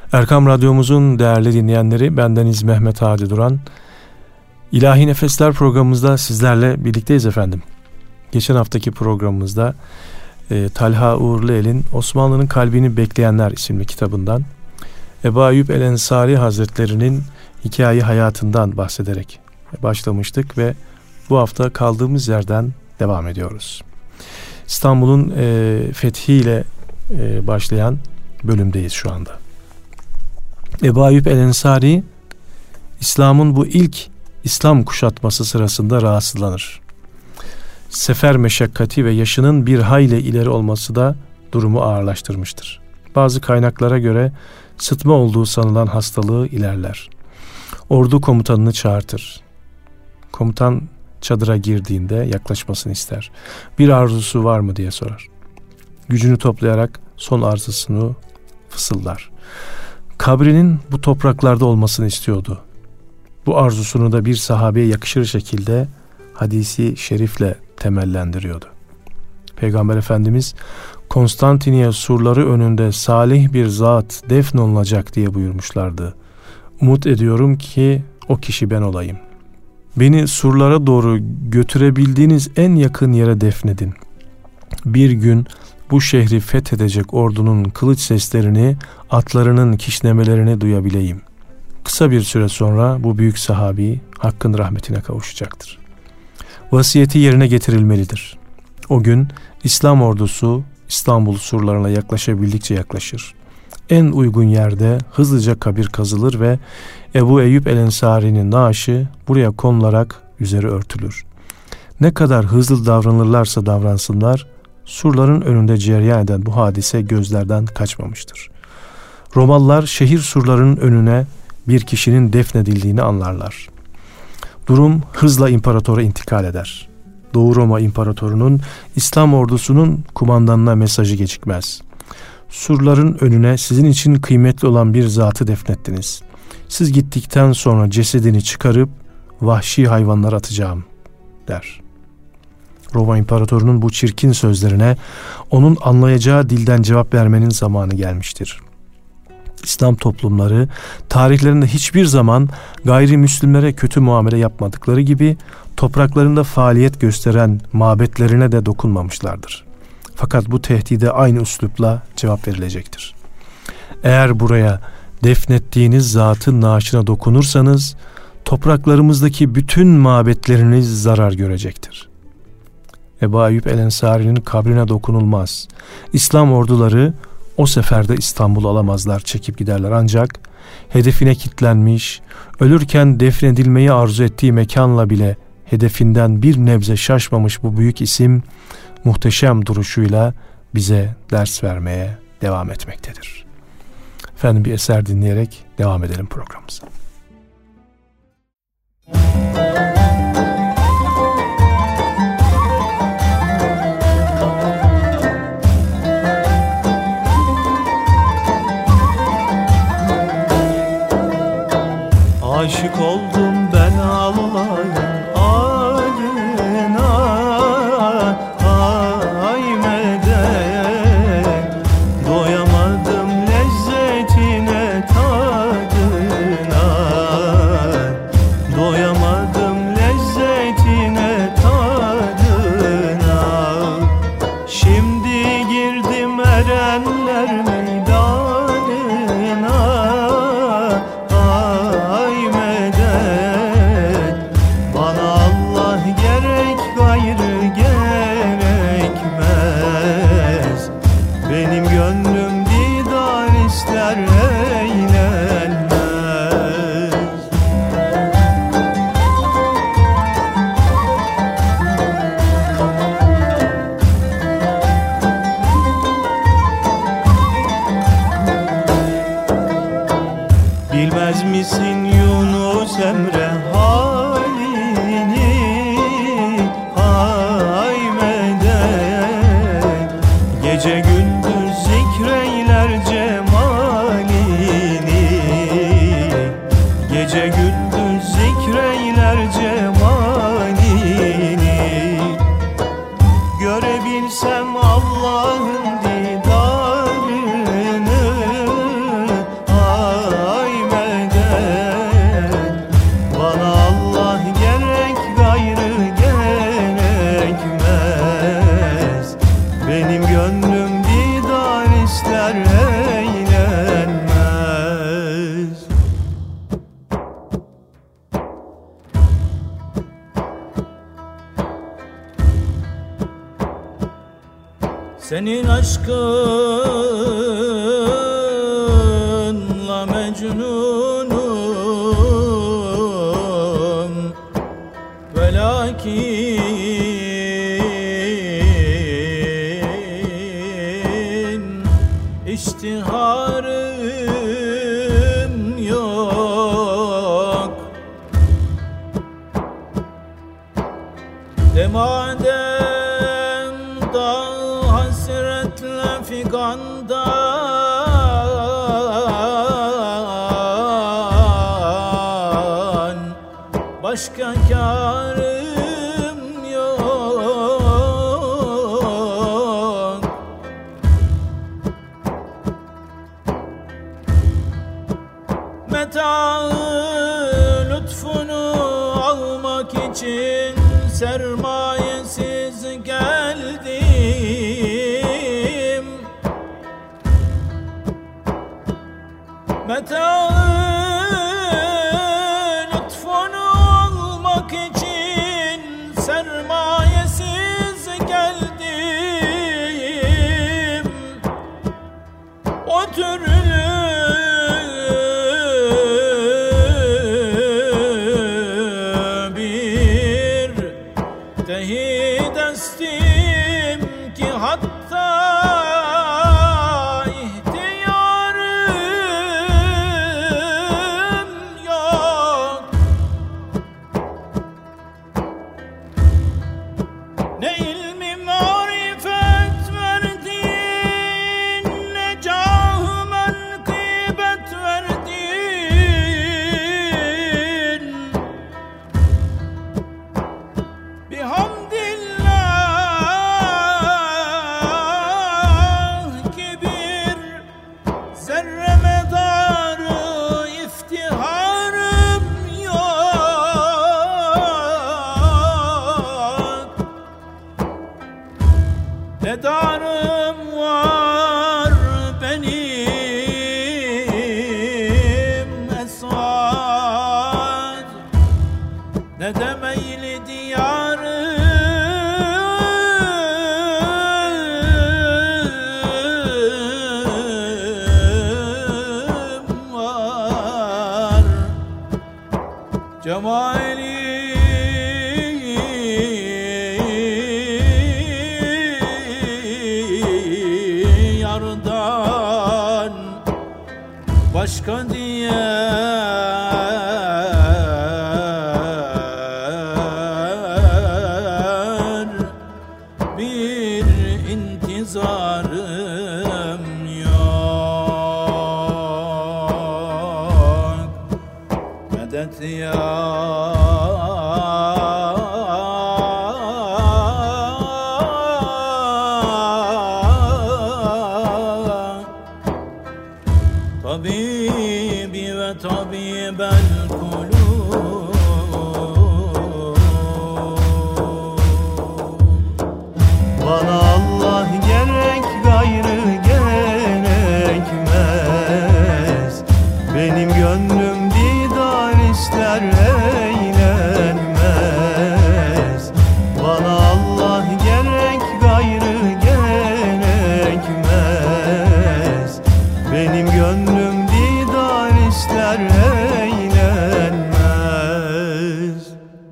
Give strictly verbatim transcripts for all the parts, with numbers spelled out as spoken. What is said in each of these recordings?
Erkam Radyomuzun değerli dinleyenleri, bendeniz Mehmet Hadi Duran. İlahi Nefesler programımızda sizlerle birlikteyiz efendim. Geçen haftaki programımızda e, Talha Uğurluel'in Osmanlı'nın Kalbini Bekleyenler isimli kitabından Ebu Ayyub el-Ensari Hazretleri'nin hikaye hayatından bahsederek başlamıştık ve bu hafta kaldığımız yerden devam ediyoruz. İstanbul'un e, fethiyle e, başlayan bölümdeyiz şu anda. Ebu Ayyub el-Ensari, İslam'ın bu ilk İslam kuşatması sırasında rahatsızlanır. Sefer meşakkati ve yaşının bir hayli ileri olması da durumu ağırlaştırmıştır. Bazı kaynaklara göre sıtma olduğu sanılan hastalığı ilerler. Ordu komutanını çağırtır. Komutan çadıra girdiğinde yaklaşmasını ister. Bir arzusu var mı diye sorar. Gücünü toplayarak son arzusunu fısıldar. Kabrinin bu topraklarda olmasını istiyordu. Bu arzusunu da bir sahabeye yakışır şekilde hadisi şerifle temellendiriyordu. Peygamber Efendimiz Konstantiniye surları önünde salih bir zat defnolunacak diye buyurmuşlardı. Umut ediyorum ki o kişi ben olayım. Beni surlara doğru götürebildiğiniz en yakın yere defnedin. Bir gün bu şehri fethedecek ordunun kılıç seslerini, atlarının kişnemelerini duyabileyim. Kısa bir süre sonra bu büyük sahabi Hakk'ın rahmetine kavuşacaktır. Vasiyeti yerine getirilmelidir. O gün İslam ordusu İstanbul surlarına yaklaşabildikçe yaklaşır. En uygun yerde hızlıca kabir kazılır ve Ebu Eyyub el-Ensari'nin naaşı buraya konularak üzeri örtülür. Ne kadar hızlı davranırlarsa davransınlar, surların önünde cereyan eden bu hadise gözlerden kaçmamıştır. Romalılar şehir surlarının önüne bir kişinin defnedildiğini anlarlar. Durum hızla imparatora intikal eder. Doğu Roma İmparatoru'nun İslam ordusunun kumandanına mesajı gecikmez. Surların önüne sizin için kıymetli olan bir zatı defnettiniz. Siz gittikten sonra cesedini çıkarıp vahşi hayvanlara atacağım der. Roma İmparatoru'nun bu çirkin sözlerine onun anlayacağı dilden cevap vermenin zamanı gelmiştir. İslam toplumları tarihlerinde hiçbir zaman gayrimüslimlere kötü muamele yapmadıkları gibi topraklarında faaliyet gösteren mabetlerine de dokunmamışlardır. Fakat bu tehdide aynı üslupla cevap verilecektir. Eğer buraya defnettiğiniz zatın naaşına dokunursanız topraklarımızdaki bütün mabetleriniz zarar görecektir. Ebu Ayyub el-Ensari'nin kabrine dokunulmaz. İslam orduları o seferde İstanbul'u alamazlar, çekip giderler. Ancak hedefine kilitlenmiş, ölürken defnedilmeyi arzu ettiği mekanla bile hedefinden bir nebze şaşmamış bu büyük isim, muhteşem duruşuyla bize ders vermeye devam etmektedir. Efendim, bir eser dinleyerek devam edelim programımıza. Aşık oldum ben Allah'ın adına, ay medet. Doyamadım lezzetine, tadına. Doyamadım lezzetine, tadına. Şimdi girdim erenler meydanına, ay medet. Bana Allah gerek, gayrı gerekmez. Benim gönlüm didar ister, eğlenmez. Bilmez misin Yunus Emre halini, ay medet. Gece gündüz zikreyler cemalini, gece gündüz zikreyler cemalini. Görebilsem Allah'ın didarını, senin aşkınla mecnunum ve lakin iştiharım yok. De madem da hasretle figandan başka kârım yok. Meta lütfunu almak için sermayesiz geldim. Meta lütfunu almak için sermayesiz geldim. O türlü ki hatta ihtiyarım yok. Ne ilmi marifet verdin, ne cah-ı menkıbet verdin. Bihamdillah ki bir zerre medarı iftiharım yok. Ne darım var benim esad, ne de meyli diyarım var. Cemali yardan başka diğer bir intizarım yok. Medet ya tabibi ve tabibel kulub. Bana Allah gerek, gayrı gerekmez. Benim gönlüm didar ister, eğlenmez. Bana Allah gerek, gayrı gerekmez. Benim gönlüm didar ister, eğlenmez.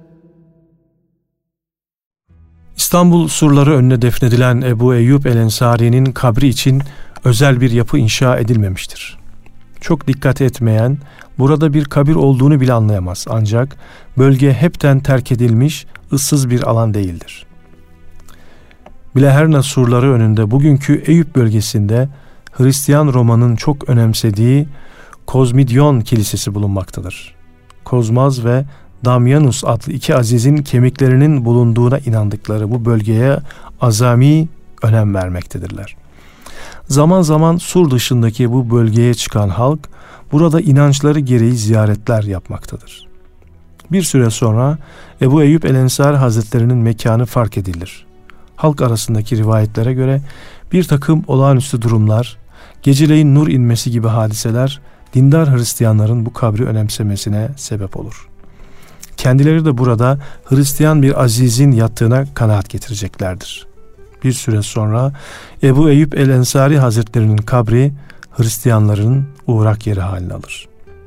İstanbul surları önüne defnedilen Ebu Eyyub el-Ensari'nin kabri için özel bir yapı inşa edilmemiştir. Çok dikkat etmeyen burada bir kabir olduğunu bile anlayamaz. Ancak bölge hepten terk edilmiş, ıssız bir alan değildir. Bileherna surları önünde bugünkü Eyüp bölgesinde Hristiyan Roma'nın çok önemsediği Kozmidyon Kilisesi bulunmaktadır. Kozmaz ve Damianus adlı iki azizin kemiklerinin bulunduğuna inandıkları bu bölgeye azami önem vermektedirler. Zaman zaman Sur dışındaki bu bölgeye çıkan halk burada inançları gereği ziyaretler yapmaktadır. Bir süre sonra Ebu Eyyub el-Ensari Hazretlerinin mekanı fark edilir. Halk arasındaki rivayetlere göre bir takım olağanüstü durumlar, geceleyin nur inmesi gibi hadiseler dindar Hristiyanların bu kabri önemsemesine sebep olur. Kendileri de burada Hristiyan bir azizin yattığına kanaat getireceklerdir. Bir süre sonra Ebu Eyyub el-Ensari Hazretlerinin kabri Hristiyanların uğrak yeri haline alır.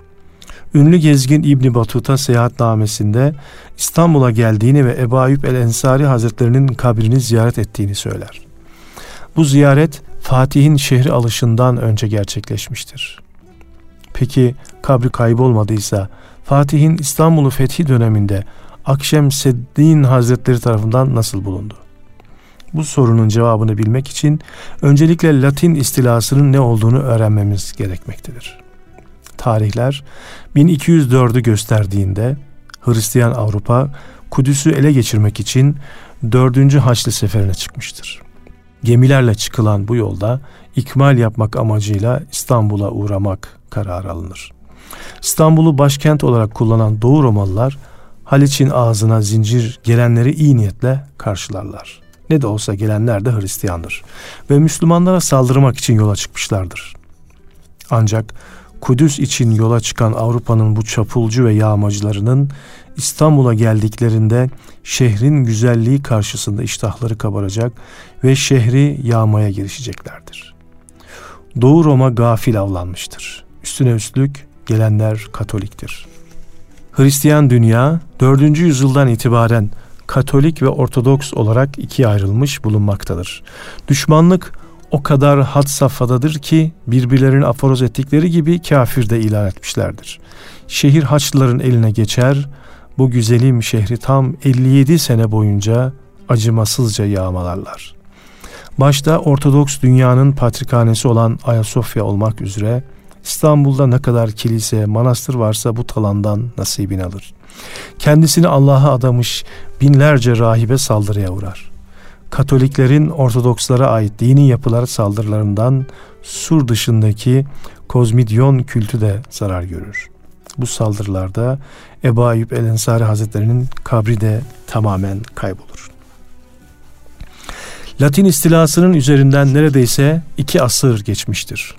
Ünlü gezgin İbn Batuta seyahatnamesinde İstanbul'a geldiğini ve Ebu Eyyub el-Ensari Hazretlerinin kabrini ziyaret ettiğini söyler. Bu ziyaret Fatih'in şehri alışından önce gerçekleşmiştir. Peki kabri kaybolmadıysa Fatih'in İstanbul'u fethi döneminde Akşemseddin Hazretleri tarafından nasıl bulundu? Bu sorunun cevabını bilmek için öncelikle Latin istilasının ne olduğunu öğrenmemiz gerekmektedir. Tarihler bin iki yüz dördü gösterdiğinde Hristiyan Avrupa Kudüs'ü ele geçirmek için dördüncü Haçlı Seferi'ne çıkmıştır. Gemilerle çıkılan bu yolda ikmal yapmak amacıyla İstanbul'a uğramak kararı alınır. İstanbul'u başkent olarak kullanan Doğu Romalılar Haliç'in ağzına zincir gelenleri iyi niyetle karşılarlar. Ne de olsa gelenler de Hristiyandır ve Müslümanlara saldırmak için yola çıkmışlardır. Ancak Kudüs için yola çıkan Avrupa'nın bu çapulcu ve yağmacılarının İstanbul'a geldiklerinde şehrin güzelliği karşısında iştahları kabaracak ve şehri yağmaya girişeceklerdir. Doğu Roma gafil avlanmıştır. Üstüne üstlük gelenler Katoliktir. Hristiyan dünya dördüncü yüzyıldan itibaren Katolik ve Ortodoks olarak ikiye ayrılmış bulunmaktadır. Düşmanlık o kadar had safhadadır ki birbirlerini aforoz ettikleri gibi kafir de ilan etmişlerdir. Şehir Haçlıların eline geçer, bu güzelim şehri tam elli yedi sene boyunca acımasızca yağmalarlar. Başta Ortodoks dünyanın patrikhanesi olan Ayasofya olmak üzere İstanbul'da ne kadar kilise, manastır varsa bu talandan nasibini alır. Kendisini Allah'a adamış binlerce rahibe saldırıya uğrar. Katoliklerin Ortodokslara ait dini yapılar saldırılarından Sur dışındaki Kozmidyon kültü de zarar görür. Bu saldırılarda Ebu Eyyub el-Ensari Hazretleri'nin kabri de tamamen kaybolur. Latin istilasının üzerinden neredeyse iki asır geçmiştir.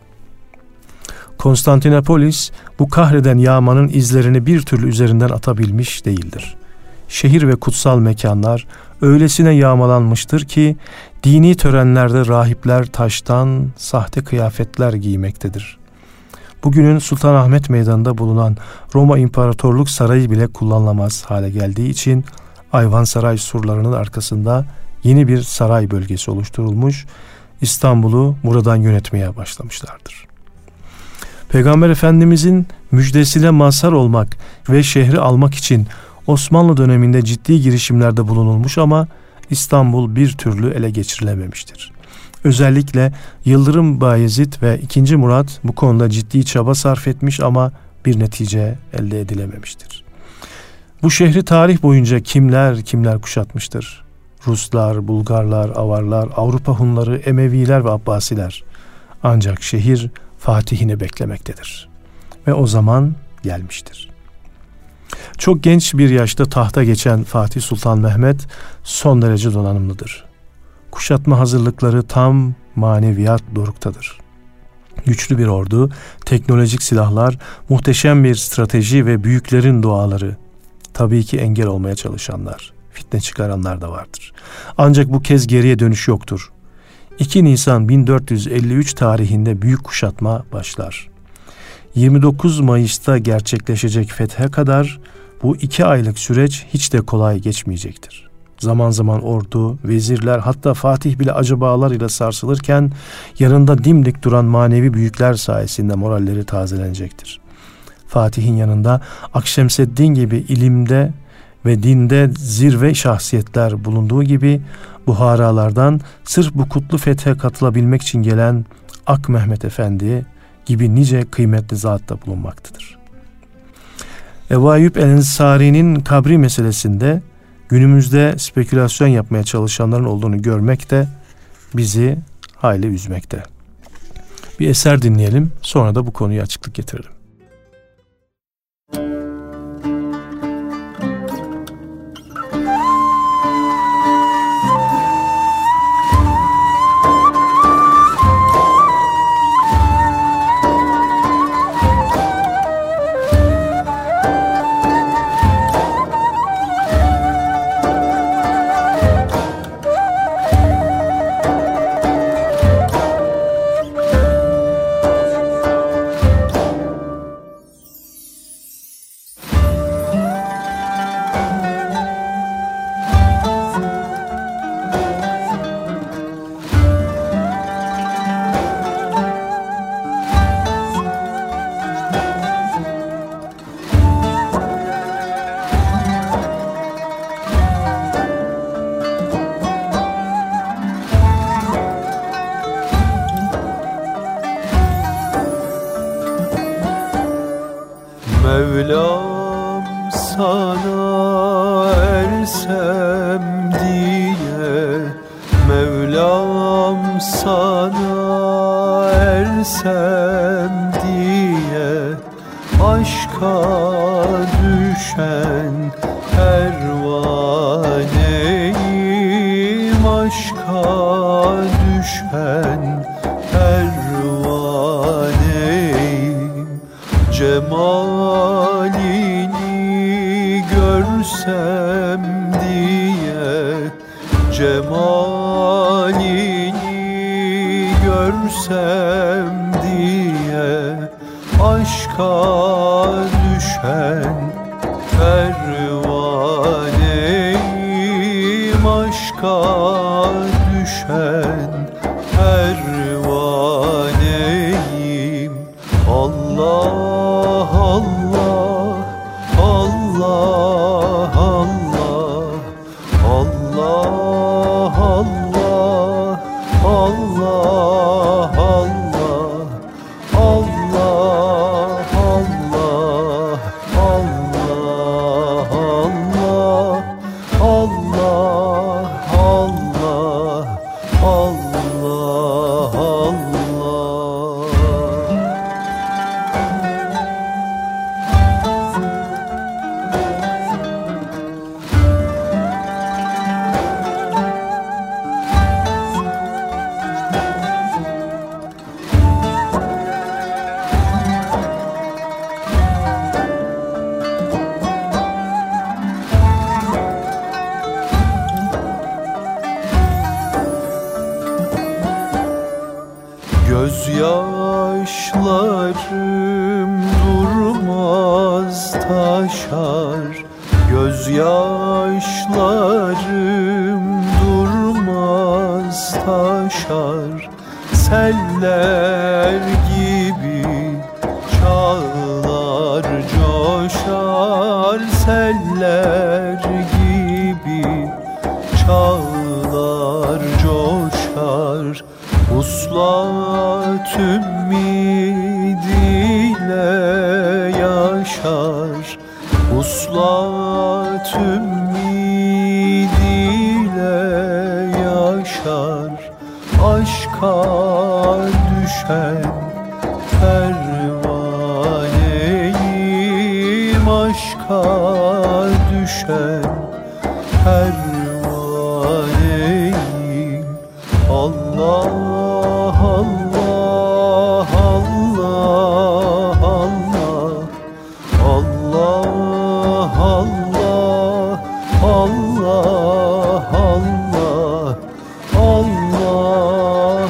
Konstantinopolis bu kahreden yağmanın izlerini bir türlü üzerinden atabilmiş değildir. Şehir ve kutsal mekanlar öylesine yağmalanmıştır ki dini törenlerde rahipler taştan sahte kıyafetler giymektedir. Bugünün Sultanahmet Meydanı'nda bulunan Roma İmparatorluk Sarayı bile kullanılamaz hale geldiği için Ayvansaray surlarının arkasında yeni bir saray bölgesi oluşturulmuş, İstanbul'u buradan yönetmeye başlamışlardır. Peygamber Efendimizin müjdesine mazhar olmak ve şehri almak için Osmanlı döneminde ciddi girişimlerde bulunulmuş ama İstanbul bir türlü ele geçirilememiştir. Özellikle Yıldırım Bayezid ve ikinci. Murat bu konuda ciddi çaba sarf etmiş ama bir netice elde edilememiştir. Bu şehri tarih boyunca kimler kimler kuşatmıştır? Ruslar, Bulgarlar, Avarlar, Avrupa Hunları, Emeviler ve Abbasiler. Ancak şehir Fatih'ini beklemektedir. Ve o zaman gelmiştir. Çok genç bir yaşta tahta geçen Fatih Sultan Mehmet son derece donanımlıdır. Kuşatma hazırlıkları tam maneviyat doruktadır. Güçlü bir ordu, teknolojik silahlar, muhteşem bir strateji ve büyüklerin duaları. Tabii ki engel olmaya çalışanlar, fitne çıkaranlar da vardır. Ancak bu kez geriye dönüş yoktur. iki Nisan bin dört yüz elli üç tarihinde büyük kuşatma başlar. yirmi dokuz Mayıs'ta gerçekleşecek fethe kadar bu iki aylık süreç hiç de kolay geçmeyecektir. Zaman zaman ordu, vezirler, hatta Fatih bile acabalar ile sarsılırken yanında dimdik duran manevi büyükler sayesinde moralleri tazelenecektir. Fatih'in yanında Akşemseddin gibi ilimde ve dinde zirve şahsiyetler bulunduğu gibi Buharalardan sırf bu kutlu fethe katılabilmek için gelen Ak Mehmet Efendi gibi nice kıymetli zat da bulunmaktadır. Ebu Eyyub el-Ensari'nin kabri meselesinde günümüzde spekülasyon yapmaya çalışanların olduğunu görmek de bizi hayli üzmekte. Bir eser dinleyelim, sonra da bu konuya açıklık getirelim. Mevlam sana ersem diye, Mevlam sana ersem diye, aşka düşen pervaneyim, aşka düşen pervaneyim. Cemalini görsem diye, cemalini görsem diye, aşka düşen pervaneyim, aşka düşen pervaneyim. Allah Allah Allah Allah Allah Allah Allah Allah Allah Gözyaşlarım durmaz taşar, gözyaşlarım durmaz taşar. Seller gibi çağlar coşar, seller gibi çağlar coşar. Vuslat ümidiyle yaşar, vuslat ümidiyle yaşar. Aşka düşen pervaneyim, aşka düşen pervaneyim. Allah Allah Allah Allah Allah Allah Allah Allah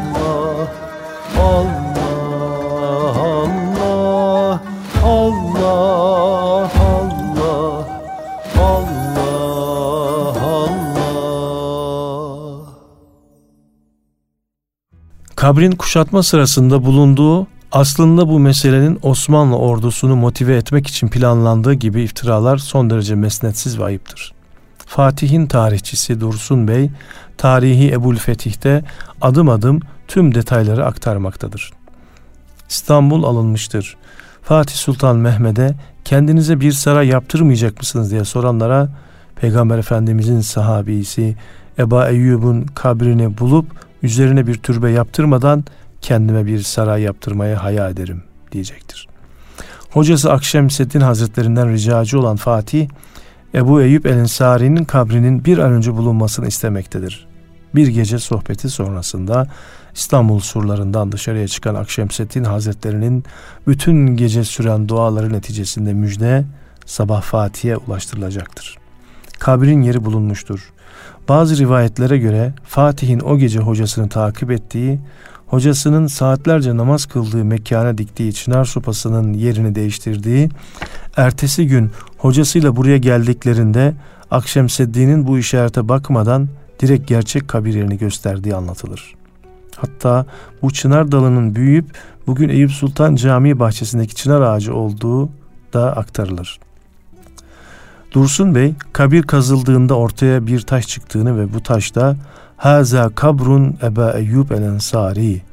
Kabrin kuşatma sırasında bulunduğu, aslında bu meselenin Osmanlı ordusunu motive etmek için planlandığı gibi iftiralar son derece mesnetsiz ve ayıptır. Fatih'in tarihçisi Dursun Bey, Tarihi Ebu'l-Fetih'te adım adım tüm detayları aktarmaktadır. İstanbul alınmıştır. Fatih Sultan Mehmet'e kendinize bir saray yaptırmayacak mısınız diye soranlara Peygamber Efendimizin sahabisi Ebu Eyyub'un kabrini bulup üzerine bir türbe yaptırmadan kendime bir saray yaptırmayı hayal ederim diyecektir. Hocası Akşemseddin Hazretlerinden ricacı olan Fatih, Ebu Eyyub el-Ensari'nin kabrinin bir an önce bulunmasını istemektedir. Bir gece sohbeti sonrasında İstanbul surlarından dışarıya çıkan Akşemseddin Hazretleri'nin bütün gece süren duaları neticesinde müjde sabah Fatih'e ulaştırılacaktır. Kabrin yeri bulunmuştur. Bazı rivayetlere göre Fatih'in o gece hocasını takip ettiği, hocasının saatlerce namaz kıldığı mekana diktiği çınar sopasının yerini değiştirdiği, ertesi gün hocasıyla buraya geldiklerinde Akşemseddin'in bu işarete bakmadan direkt gerçek kabir yerini gösterdiği anlatılır. Hatta bu çınar dalının büyüyüp bugün Eyüp Sultan Camii bahçesindeki çınar ağacı olduğu da aktarılır. Dursun Bey, kabir kazıldığında ortaya bir taş çıktığını ve bu taşta "Haza kabrun Ebu Eyyub el-Ensari",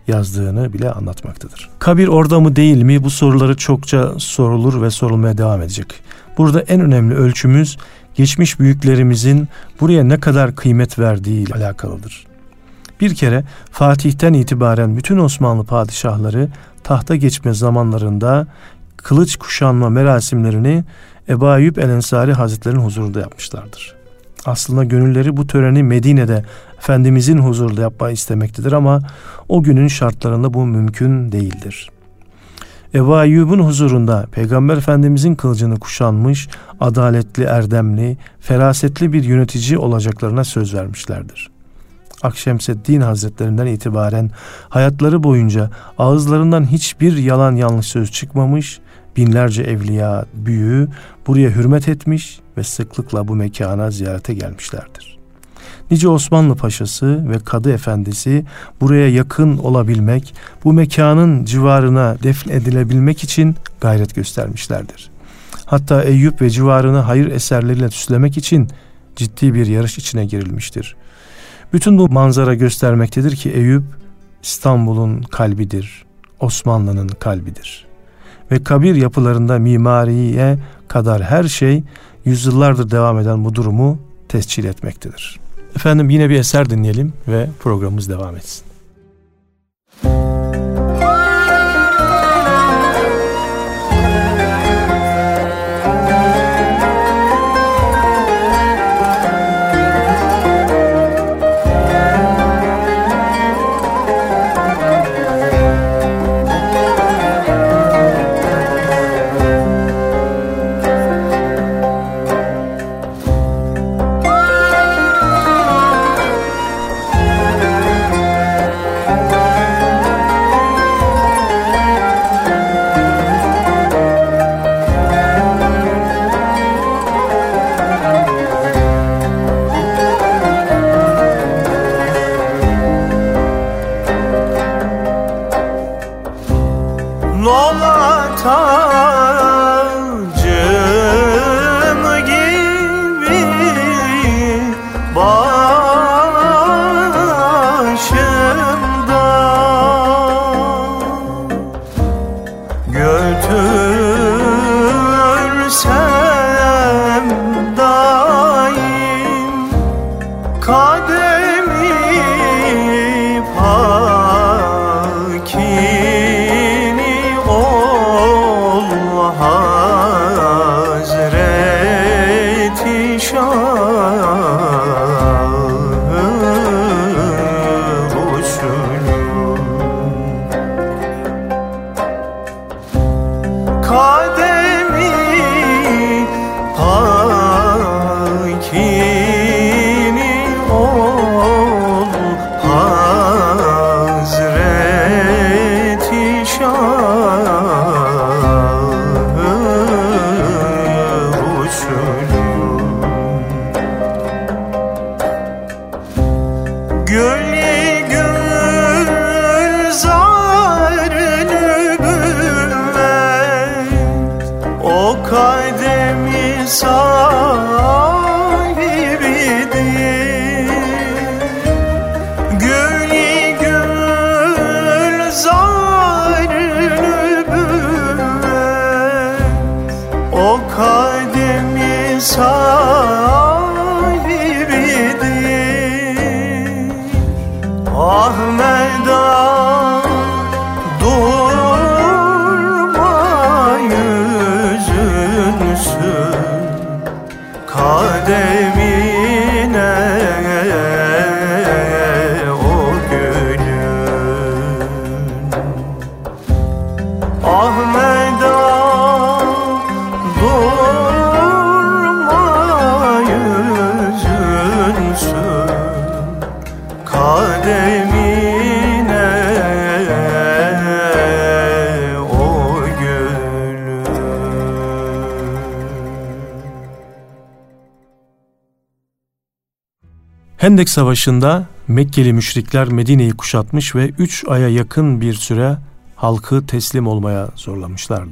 yazdığını bile anlatmaktadır. Kabir orada mı değil mi? Bu soruları çokça sorulur ve sorulmaya devam edecek. Burada en önemli ölçümüz geçmiş büyüklerimizin buraya ne kadar kıymet verdiği ile alakalıdır. Bir kere Fatih'ten itibaren bütün Osmanlı padişahları tahta geçme zamanlarında kılıç kuşanma merasimlerini Ebu Eyyub el-Ensari Hazretleri'nin huzurunda yapmışlardır. Aslında gönülleri bu töreni Medine'de Efendimizin huzurunda yapmayı istemektedir ama o günün şartlarında bu mümkün değildir. Ebu Eyyub'un huzurunda Peygamber Efendimizin kılıcını kuşanmış, adaletli, erdemli, ferasetli bir yönetici olacaklarına söz vermişlerdir. Akşemseddin Hazretlerinden itibaren hayatları boyunca ağızlarından hiçbir yalan yanlış söz çıkmamış, binlerce evliya, büyüğü buraya hürmet etmiş ve sıklıkla bu mekana ziyarete gelmişlerdir. Nice Osmanlı Paşası ve Kadı Efendisi buraya yakın olabilmek, bu mekanın civarına defn edilebilmek için gayret göstermişlerdir. Hatta Eyüp ve civarını hayır eserleriyle süslemek için ciddi bir yarış içine girilmiştir. Bütün bu manzara göstermektedir ki Eyüp İstanbul'un kalbidir, Osmanlı'nın kalbidir. Ve kabir yapılarında mimariye kadar her şey yüzyıllardır devam eden bu durumu tescil etmektedir. Efendim yine bir eser dinleyelim ve programımız devam etsin. Hendek Savaşı'nda Mekkeli müşrikler Medine'yi kuşatmış ve üç aya yakın bir süre halkı teslim olmaya zorlamışlardı.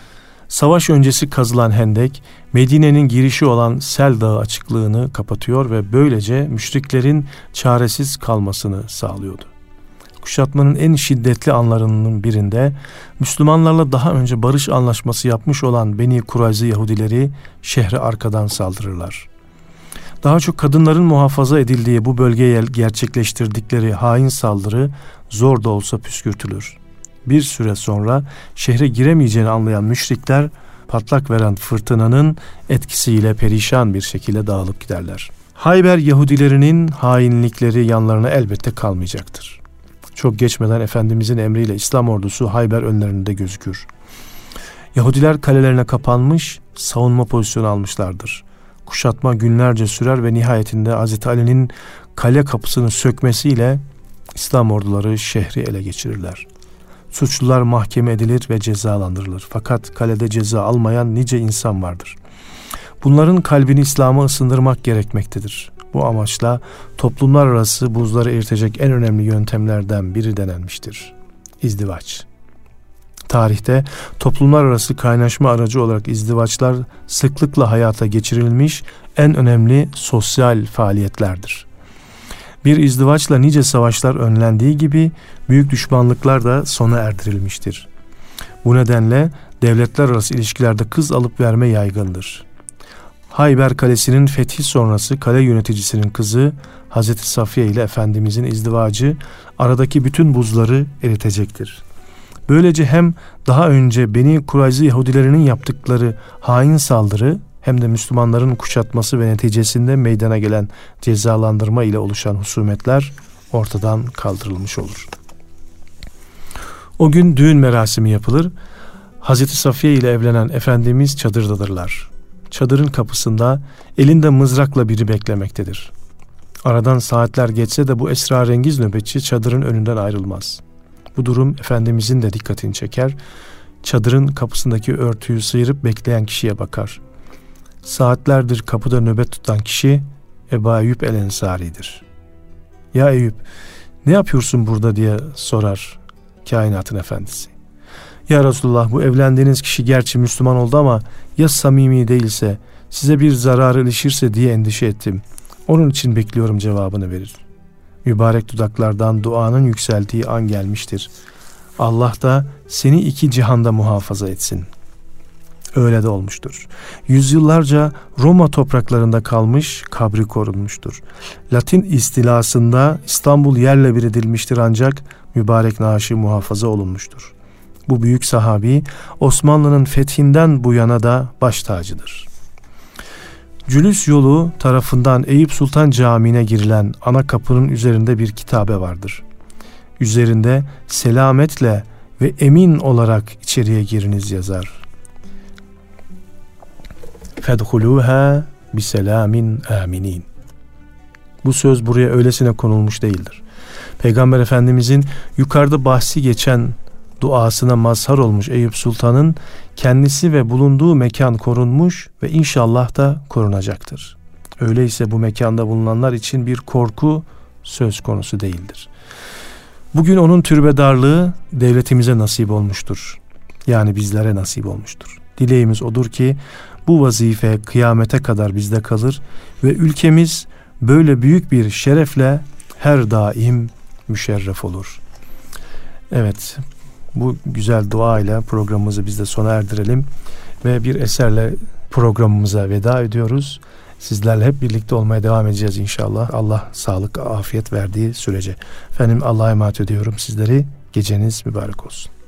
Savaş öncesi kazılan hendek, Medine'nin girişi olan Sel Dağı açıklığını kapatıyor ve böylece müşriklerin çaresiz kalmasını sağlıyordu. Kuşatmanın en şiddetli anlarının birinde Müslümanlarla daha önce barış anlaşması yapmış olan Beni Kurayza Yahudileri şehre arkadan saldırırlar. Daha çok kadınların muhafaza edildiği bu bölgeye gerçekleştirdikleri hain saldırı zor da olsa püskürtülür. Bir süre sonra şehre giremeyeceğini anlayan müşrikler patlak veren fırtınanın etkisiyle perişan bir şekilde dağılıp giderler. Hayber Yahudilerinin hainlikleri yanlarına elbette kalmayacaktır. Çok geçmeden Efendimizin emriyle İslam ordusu Hayber önlerinde gözükür. Yahudiler kalelerine kapanmış, savunma pozisyonu almışlardır. Kuşatma günlerce sürer ve nihayetinde Hazreti Ali'nin kale kapısını sökmesiyle İslam orduları şehri ele geçirirler. Suçlular mahkeme edilir ve cezalandırılır. Fakat kalede ceza almayan nice insan vardır. Bunların kalbini İslam'a ısındırmak gerekmektedir. Bu amaçla toplumlar arası buzları eritecek en önemli yöntemlerden biri denenmiştir. İzdivaç. Tarihte toplumlar arası kaynaşma aracı olarak izdivaçlar sıklıkla hayata geçirilmiş en önemli sosyal faaliyetlerdir. Bir izdivaçla nice savaşlar önlendiği gibi büyük düşmanlıklar da sona erdirilmiştir. Bu nedenle devletler arası ilişkilerde kız alıp verme yaygındır. Hayber Kalesi'nin fethi sonrası kale yöneticisinin kızı Hazreti Safiye ile Efendimizin izdivacı aradaki bütün buzları eritecektir. Böylece hem daha önce Beni Kurayza Yahudilerinin yaptıkları hain saldırı hem de Müslümanların kuşatması ve neticesinde meydana gelen cezalandırma ile oluşan husumetler ortadan kaldırılmış olur. O gün düğün merasimi yapılır. Hazreti Safiye ile evlenen Efendimiz çadırdadırlar. Çadırın kapısında elinde mızrakla biri beklemektedir. Aradan saatler geçse de bu esrarengiz nöbetçi çadırın önünden ayrılmaz. Bu durum Efendimizin de dikkatini çeker. Çadırın kapısındaki örtüyü sıyırıp bekleyen kişiye bakar. Saatlerdir kapıda nöbet tutan kişi Ebu Eyyub el-Ensari'dir. Ya Eyüp, ne yapıyorsun burada diye sorar kainatın efendisi. Ya Resulullah, bu evlendiğiniz kişi gerçi Müslüman oldu ama ya samimi değilse, size bir zararı ilişirse diye endişe ettim. Onun için bekliyorum cevabını verir. Mübarek dudaklardan duanın yükseldiği an gelmiştir. Allah da seni iki cihanda muhafaza etsin. Öyle de olmuştur. Yüzyıllarca Roma topraklarında kalmış, kabri korunmuştur. Latin istilasında İstanbul yerle bir edilmiştir ancak mübarek naaşı muhafaza olunmuştur. Bu büyük sahabi Osmanlı'nın fethinden bu yana da baş tacıdır. Cülüs yolu tarafından Eyüp Sultan Camii'ne girilen ana kapının üzerinde bir kitabe vardır. Üzerinde selametle ve emin olarak içeriye giriniz yazar. Fedhuluha biselamin aminin. Bu söz buraya öylesine konulmuş değildir. Peygamber Efendimizin yukarıda bahsi geçen duasına mazhar olmuş Eyüp Sultan'ın kendisi ve bulunduğu mekan korunmuş ve inşallah da korunacaktır. Öyleyse bu mekanda bulunanlar için bir korku söz konusu değildir. Bugün onun türbedarlığı devletimize nasip olmuştur. Yani bizlere nasip olmuştur. Dileğimiz odur ki bu vazife kıyamete kadar bizde kalır ve ülkemiz böyle büyük bir şerefle her daim müşerref olur. Evet, bu güzel dua ile programımızı biz de sona erdirelim ve bir eserle programımıza veda ediyoruz. Sizlerle hep birlikte olmaya devam edeceğiz inşallah. Allah sağlık, afiyet verdiği sürece. Efendim Allah'a emanet ediyorum sizleri. Geceniz mübarek olsun.